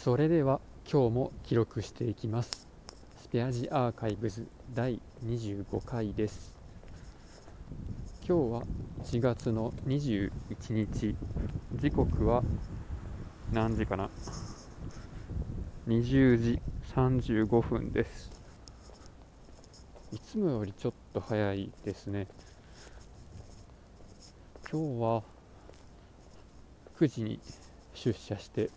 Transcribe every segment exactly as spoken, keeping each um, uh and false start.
それでは今日も記録していきます。スペアジアーカイブズだいにじゅうごかいです。今日はしがつのにじゅういちにち、時刻は何時かな、にじゅうじさんじゅうごふんです。いつもよりちょっと早いですね。今日はくじに出社して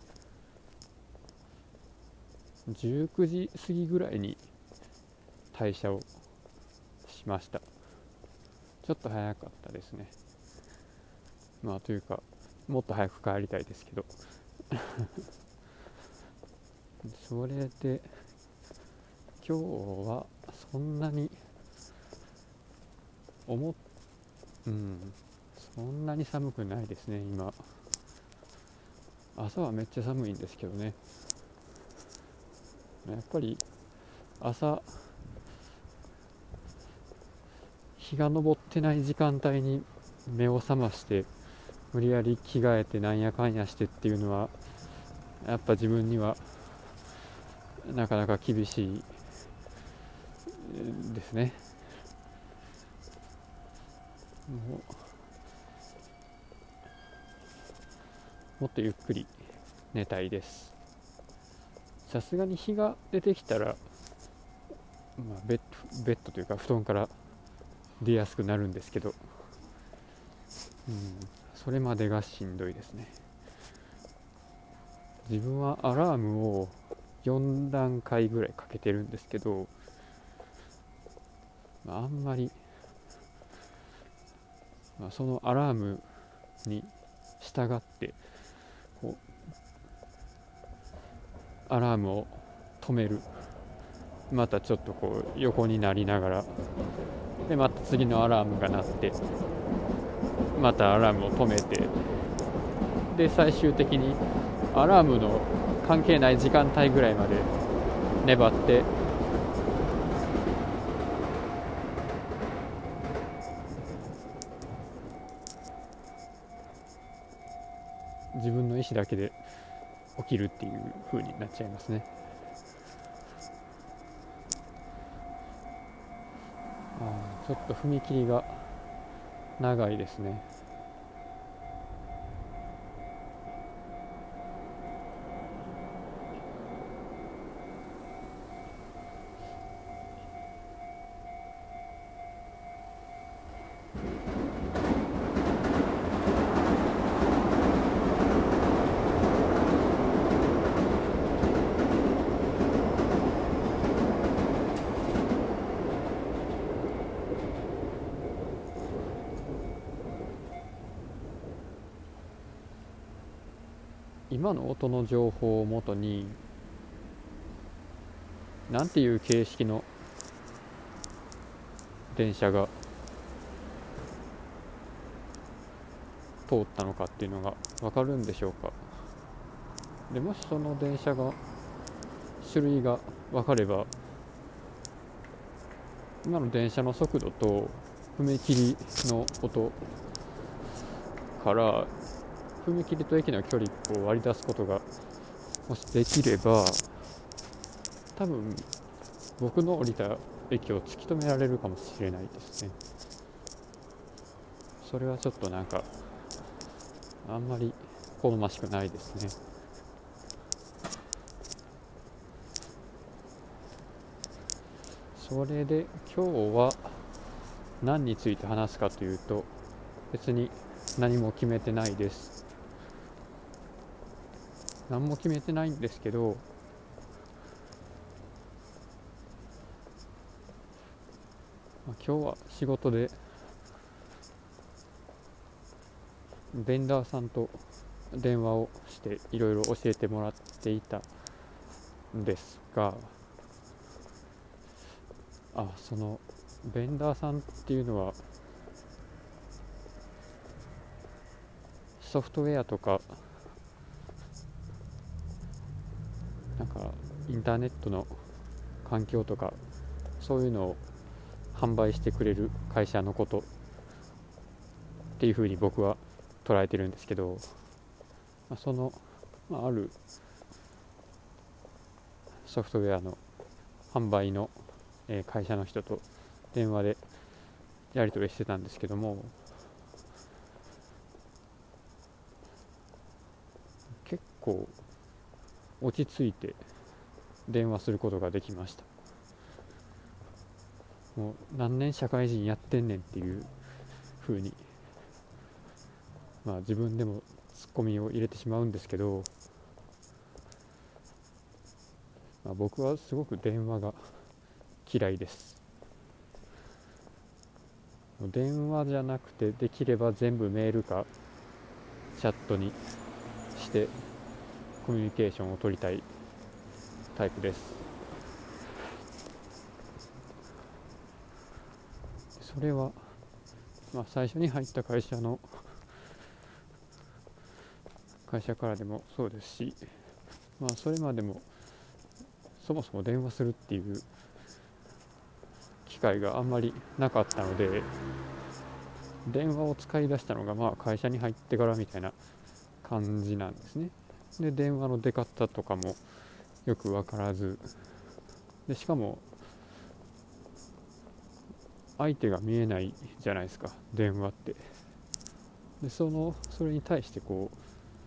じゅうくじ過ぎぐらいに退社をしました。ちょっと早かったですね。まあというかもっと早く帰りたいですけどそれで今日はそんなに思っうんそんなに寒くないですね。今朝はめっちゃ寒いんですけどね。やっぱり朝日が昇ってない時間帯に目を覚まして無理やり着替えてなんやかんやしてっていうのはやっぱ自分にはなかなか厳しいですね。もうもっとゆっくり寝たいです。さすがに日が出てきたら、まあ、ベッド、ベッドというか布団から出やすくなるんですけど、うん、それまでがしんどいですね。自分はアラームをよんだんかいぐらいかけてるんですけど、あんまり、まあ、そのアラームに従ってこうアラームを止める、またちょっとこう横になりながらでまた次のアラームが鳴ってまたアラームを止めてで最終的にアラームの関係ない時間帯ぐらいまで粘って自分の意思だけで起きるっていう風になっちゃいますね。あちょっと踏切が長いですね。今の音の情報をもとになんていう形式の電車が通ったのかっていうのが分かるんでしょうか。でもしその電車が種類が分かれば今の電車の速度と踏切の音から踏切と駅の距離を割り出すことがもしできれば多分僕の降りた駅を突き止められるかもしれないですね。それはちょっとなんかあんまり好ましくないですね。それで今日は何について話すかというと別に何も決めてないです。何も決めてないんですけど今日は仕事でベンダーさんと電話をしていろいろ教えてもらっていたんですが、あそのベンダーさんっていうのはソフトウェアとかなんかインターネットの環境とかそういうのを販売してくれる会社のことっていうふうに僕は捉えてるんですけど、そのあるソフトウェアの販売の、えー会社の人と電話でやり取りしてたんですけども、結構落ち着いて電話することができました。もう何年社会人やってんねんっていう風に、まあ自分でもツッコミを入れてしまうんですけど、まあ、僕はすごく電話が嫌いです。電話じゃなくて、できれば全部メールかチャットにしてコミュニケーションを取りたいタイプです。それは、まあ、最初に入った会社の会社からでもそうですし、まあ、それまでもそもそも電話するっていう機会があんまりなかったので、電話を使い出したのがまあ会社に入ってからみたいな感じなんですね。で、電話の出方とかもよく分からず、でしかも相手が見えないじゃないですか、電話って。でそのそれに対してこう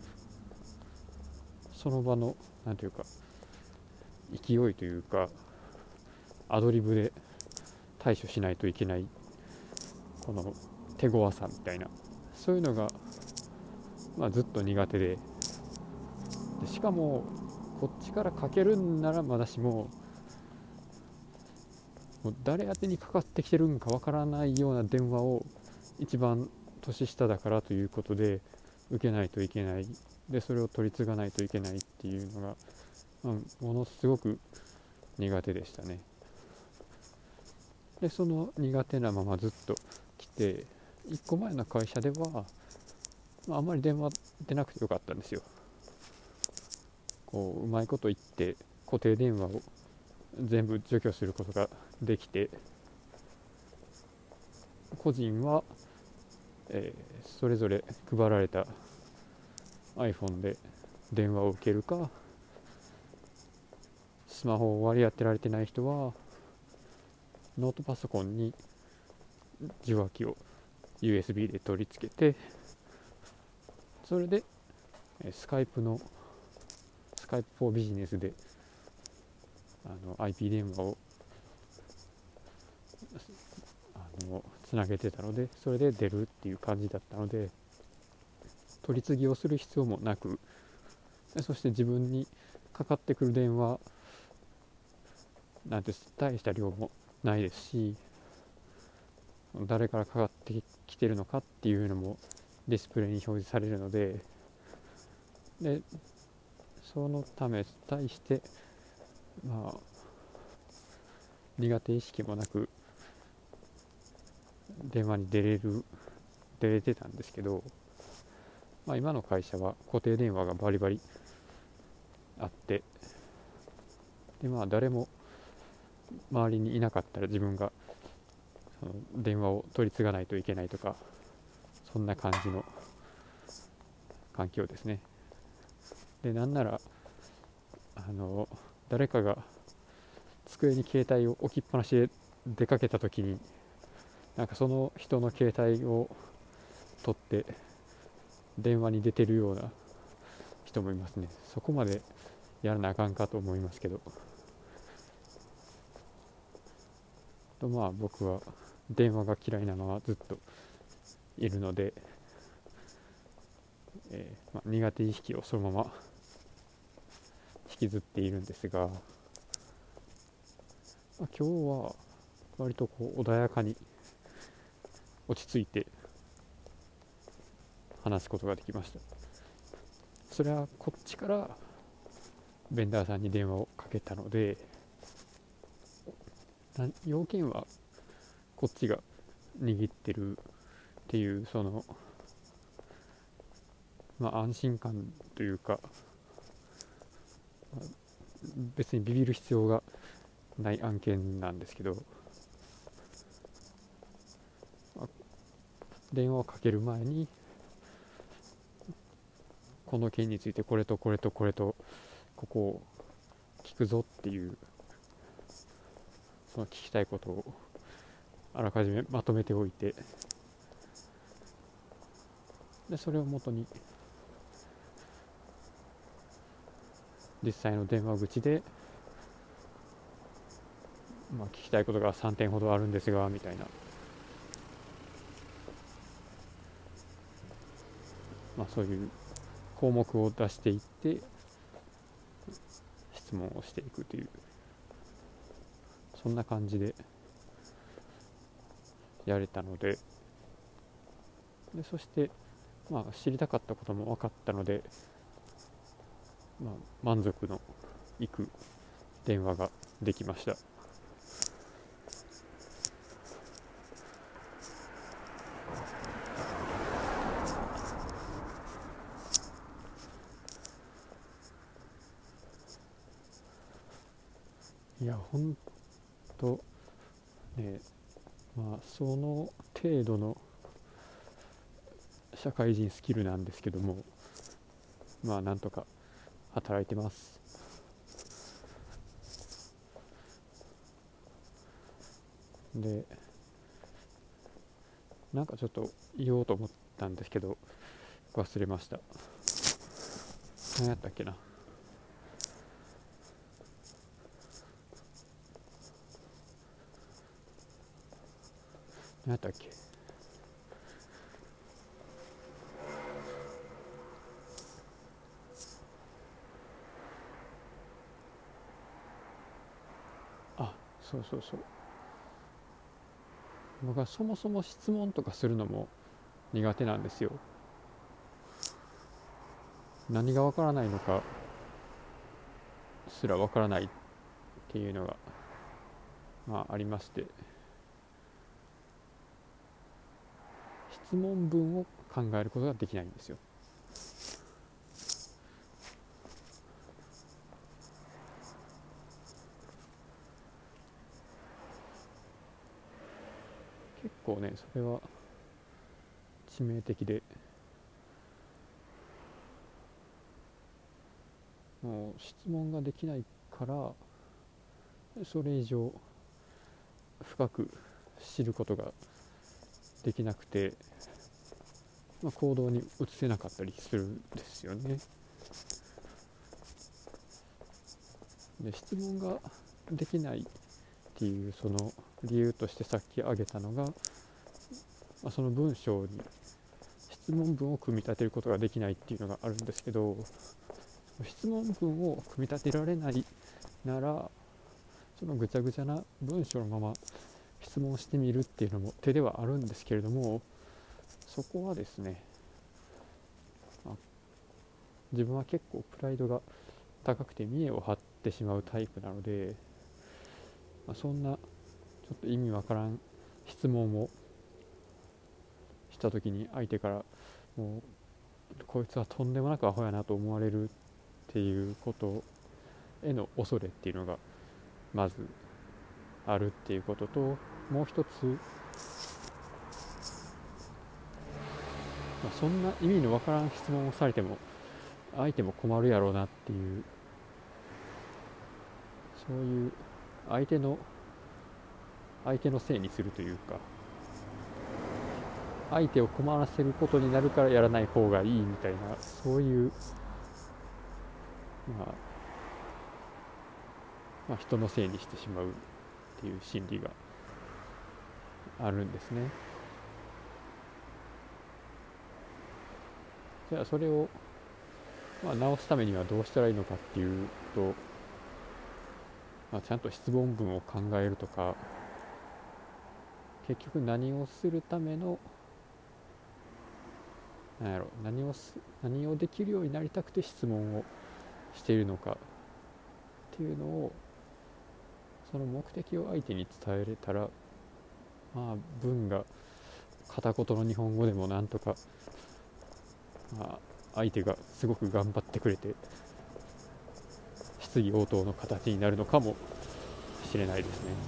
その場のなんていうか勢いというかアドリブで対処しないといけないこの手強さみたいな、そういうのが、まあ、ずっと苦手で、でしかもこっちからかけるんならまだしも、もう誰宛てにかかってきてるんかわからないような電話を一番年下だからということで受けないといけない、でそれを取り継がないといけないっていうのが、まあ、ものすごく苦手でしたね。でその苦手なままずっと来て、いっこまえの会社では、まあ、あんまり電話出なくてよかったんですよ。こううまいこと言って固定電話を全部除去することができて、個人は、えーそれぞれ配られた iPhone で電話を受けるか、スマホを割り当てられてない人はノートパソコンに受話器を ユーエスビー で取り付けて、それでスカイプのスカイプフォービジネスであの アイピー 電話をあのつなげてたので、それで出るっていう感じだったので、取り次ぎをする必要もなく、そして自分にかかってくる電話なんて大した量もないですし、誰からかかってきてるのかっていうのもディスプレイに表示されるので、でそのため対してまあ苦手意識もなく電話に出れる出れてたんですけど、まあ、今の会社は固定電話がバリバリあって、でまあ誰も周りにいなかったら自分がその電話を取り継がないといけないとか、そんな感じの環境ですね。でなんならあの誰かが机に携帯を置きっぱなしで出かけた時に、なんかその人の携帯を取って電話に出てるような人もいますね。そこまでやらなあかんかと思いますけど、とまあ僕は電話が嫌いなままずっといるので、えーまあ、苦手意識をそのまま引きずっているんですが、まあ、今日は割とこう穏やかに落ち着いて話すことができました。それはこっちからベンダーさんに電話をかけたので、要件はこっちが握ってるっていう、そのまあ安心感というか、別にビビる必要がない案件なんですけど、電話をかける前にこの件についてこれとこれとこれとここを聞くぞっていう、その聞きたいことをあらかじめまとめておいて、でそれをもとに実際の電話口で、まあ、聞きたいことがさんてんほどあるんですがみたいな、まあ、そういう項目を出していって質問をしていくという、そんな感じでやれたので、でそして、まあ、知りたかったことも分かったので、まあ、満足のいく電話ができました。いやほんとね、まあその程度の社会人スキルなんですけども、まあなんとか働いてます。でなんかちょっと言おうと思ったんですけど忘れました。何やったっけな。何やったっけ。あ、そうそうそう。僕はそもそも質問とかするのも苦手なんですよ。何がわからないのかすらわからないっていうのがまあありまして、質問文を考えることができないんですよ。結構ねそれは致命的で、もう質問ができないからそれ以上深く知ることができなくて、まあ、行動に移せなかったりするんですよね。で質問ができないっていうその理由としてさっき挙げたのが、まあ、その文章に質問文を組み立てることができないっていうのがあるんですけど、質問文を組み立てられないならそのぐちゃぐちゃな文章のまま質問してみるっていうのも手ではあるんですけれども、そこはですね、まあ、自分は結構プライドが高くて見栄を張ってしまうタイプなので、まあ、そんなちょっと意味わからん質問をした時に相手からもうこいつはとんでもなくアホやなと思われるっていうことへの恐れっていうのがまずあるっていうことと、もう一つ、まあ、そんな意味のわからん質問をされても相手も困るやろうなっていう、そういう相手の相手のせいにするというか、相手を困らせることになるからやらない方がいいみたいな、そういう、まあ、まあ人のせいにしてしまうっていう心理があるんですね。じゃあそれを、まあ、直すためにはどうしたらいいのかっていうと、まあ、ちゃんと質問文を考えるとか、結局何をするための何やろ何をす何をできるようになりたくて質問をしているのかっていうのを、その目的を相手に伝えれたら、まあ文が片言の日本語でもなんとか、まあ、相手がすごく頑張ってくれて質疑応答の形になるのかもしれないですね。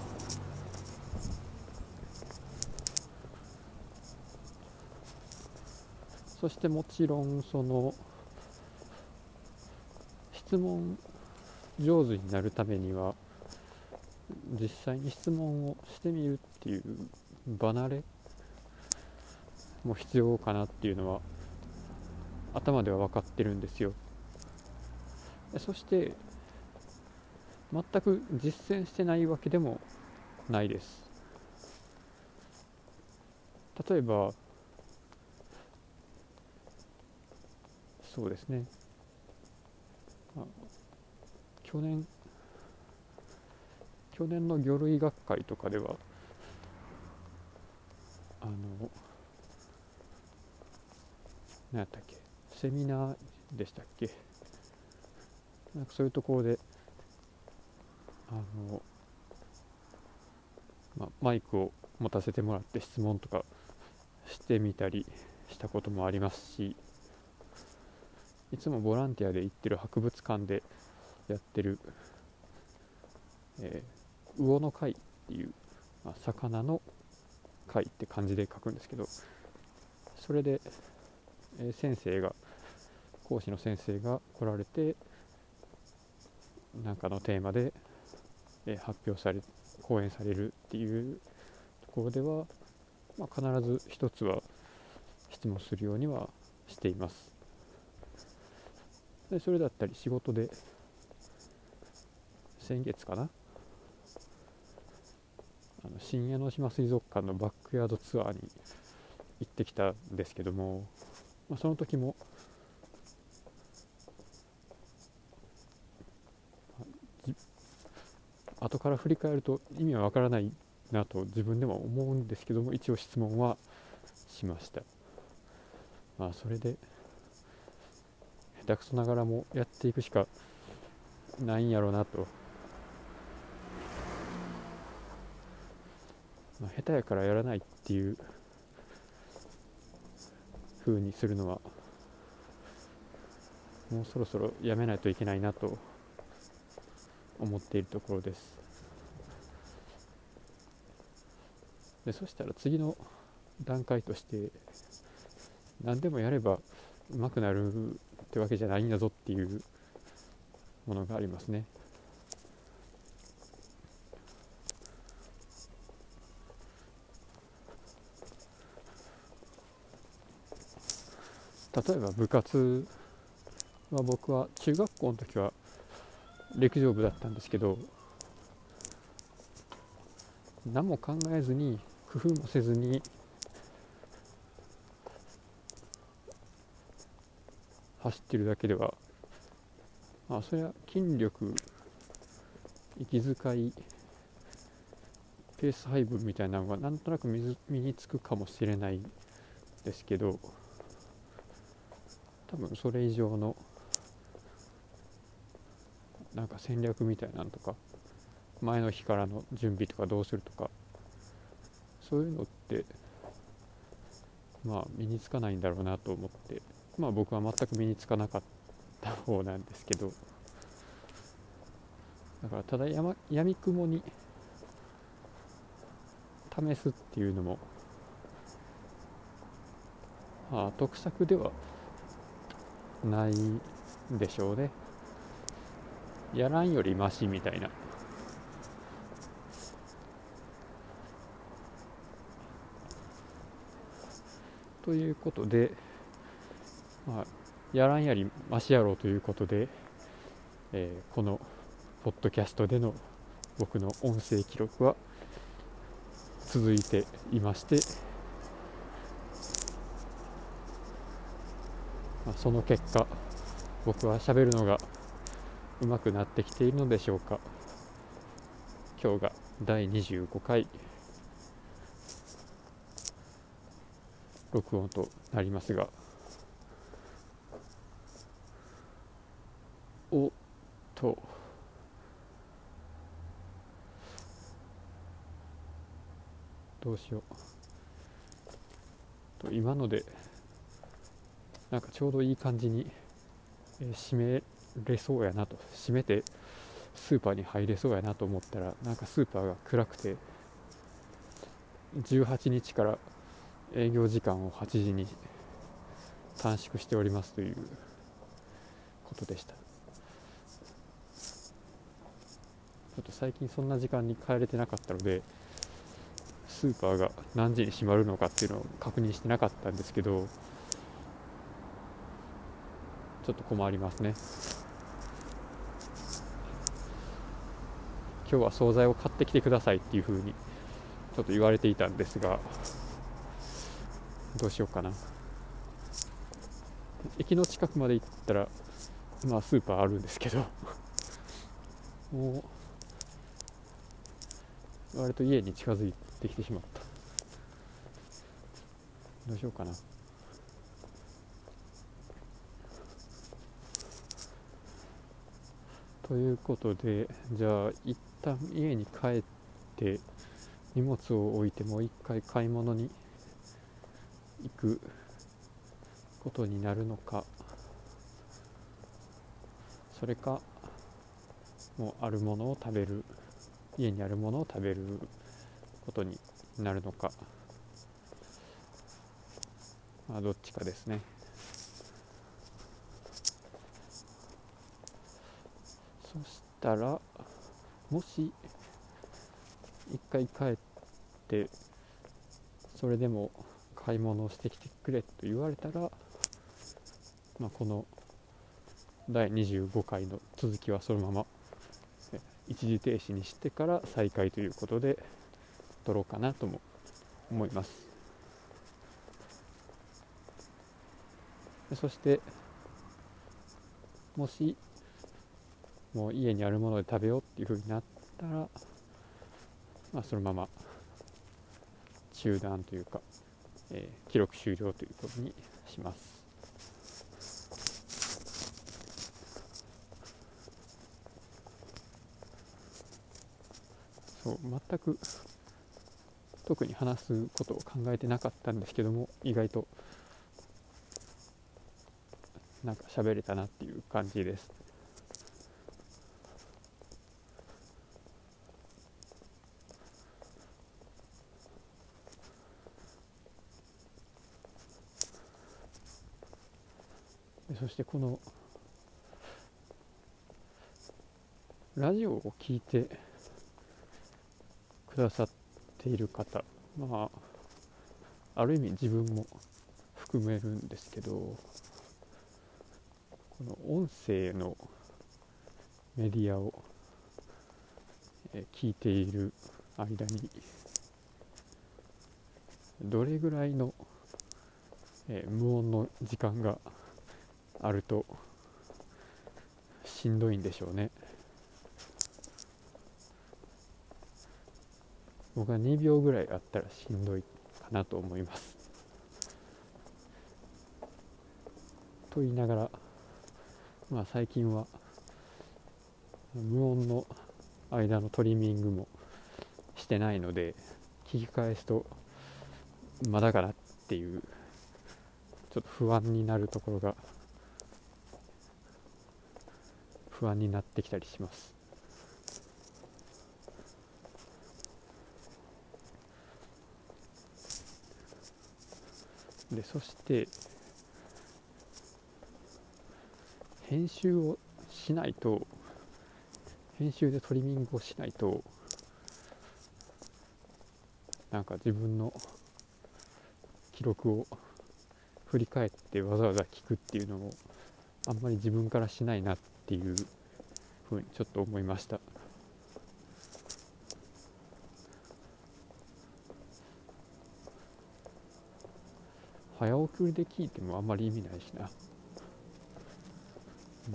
そしてもちろんその質問上手になるためには実際に質問をしてみるっていう離れも必要かなっていうのは頭では分かってるんですよ。そして全く実践してないわけでもないです。例えばそうですね、去年去年の魚類学会とかではあの何やったっけ、セミナーでしたっけ、なんかそういうところであの、まあ、マイクを持たせてもらって質問とかしてみたりしたこともありますし、いつもボランティアで行ってる博物館でやってる、えー、魚の貝っていう、まあ、魚の貝って漢字で書くんですけど、それで、えー、先生が講師の先生が来られて何かのテーマで、えー、発表され講演されるっていうところでは、まあ、必ず一つは質問するようにはしています。でそれだったり仕事で先月かな、あの新江ノ島水族館のバックヤードツアーに行ってきたんですけども、まあ、その時も後から振り返ると意味はわからないなと自分でも思うんですけども、一応質問はしました。まあそれで下手くそながらもやっていくしかないんやろうなと、まあ、下手やからやらないっていう風にするのはもうそろそろやめないといけないなと思っているところです。でそしたら次の段階として、何でもやれば上手くなるってわけじゃないんだぞっていうものがありますね。例えば部活は、僕は中学校の時は陸上部だったんですけど、何も考えずに工夫もせずに走ってるだけでは、まあそれは筋力、息遣い、ペース配分みたいなのがなんとなく身につくかもしれないですけど、多分それ以上のなんか戦略みたいなのとか、前の日からの準備とかどうするとか、そういうのってまあ身につかないんだろうなと思って、まあ僕は全く身につかなかった方なんですけど、だからただやまやみくもに試すっていうのも、まあ得策ではないでしょうね。やらんよりマシみたいな。ということで、まあ、やらんやりマシやろうということで、えー、このポッドキャストでの僕の音声記録は続いていまして、まあ、その結果僕は喋るのが上手くなってきているのでしょうか。今日がだいにじゅうごかい録音となりますが、おっとどうしようと、今のでなんかちょうどいい感じに、えー、締めれそうやなと、締めてスーパーに入れそうやなと思ったら、なんかスーパーが暗くて、じゅうはちにちから営業時間をはちじに短縮しておりますということでした。 ょっと最近そんな時間に帰れてなかったので、スーパーが何時に閉まるのかっていうのを確認してなかったんですけど、ちょっと困りますね。今日は惣菜を買ってきてくださいっていう風にちょっと言われていたんですが、どうしようかな。駅の近くまで行ったらまあスーパーあるんですけどもう割と家に近づいてきてしまった。どうしようかな。ということで、じゃあ一旦家に帰って荷物を置いてもう一回買い物に行くことになるのか、それかもうあるものを食べる、家にあるものを食べることになるのか、まあどっちかですね。そしたらもし一回帰ってそれでも買い物をしてきてくれと言われたら、まあ、このだいにじゅうごかいの続きはそのまま一時停止にしてから再開ということで撮ろうかなとも思います。そしてもしもう家にあるもので食べようっていう風になったら、まあ、そのまま中断というか、えー、記録終了ということにします。そう全く特に話すことを考えてなかったんですけども、意外となんか喋れたなっていう感じです。そしてこのラジオを聞いてくださっている方、まあある意味自分も含めるんですけど、この音声のメディアを聞いている間にどれぐらいの無音の時間があるとしんどいんでしょうね。僕はにびょうぐらいあったらしんどいかなと思います。と言いながら、まあ最近は無音の間のトリミングもしてないので、聞き返すとまだかなっていうちょっと不安になるところが不安になってきたりします。でそして編集をしないと編集でトリミングをしないとなんか自分の記録を振り返ってわざわざ聞くっていうのもあんまり自分からしないなっていうふうにちょっと思いました。早送りで聞いてもあんまり意味ないしな。うん、うん、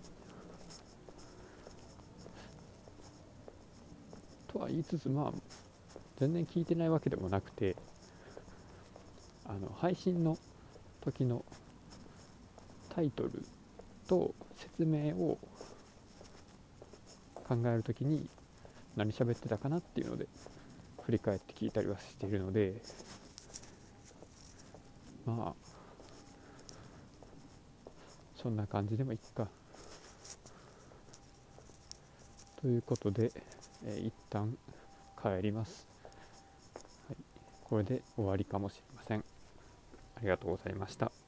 とは言いつつ、まあ全然聞いてないわけでもなくて、あの配信の時のタイトルと説明を考えるときに何喋ってたかなっていうので振り返って聞いたりはしているので、まあそんな感じでもいいかということで、えー、一旦帰ります。はい、これで終わりかもしれません。ありがとうございました。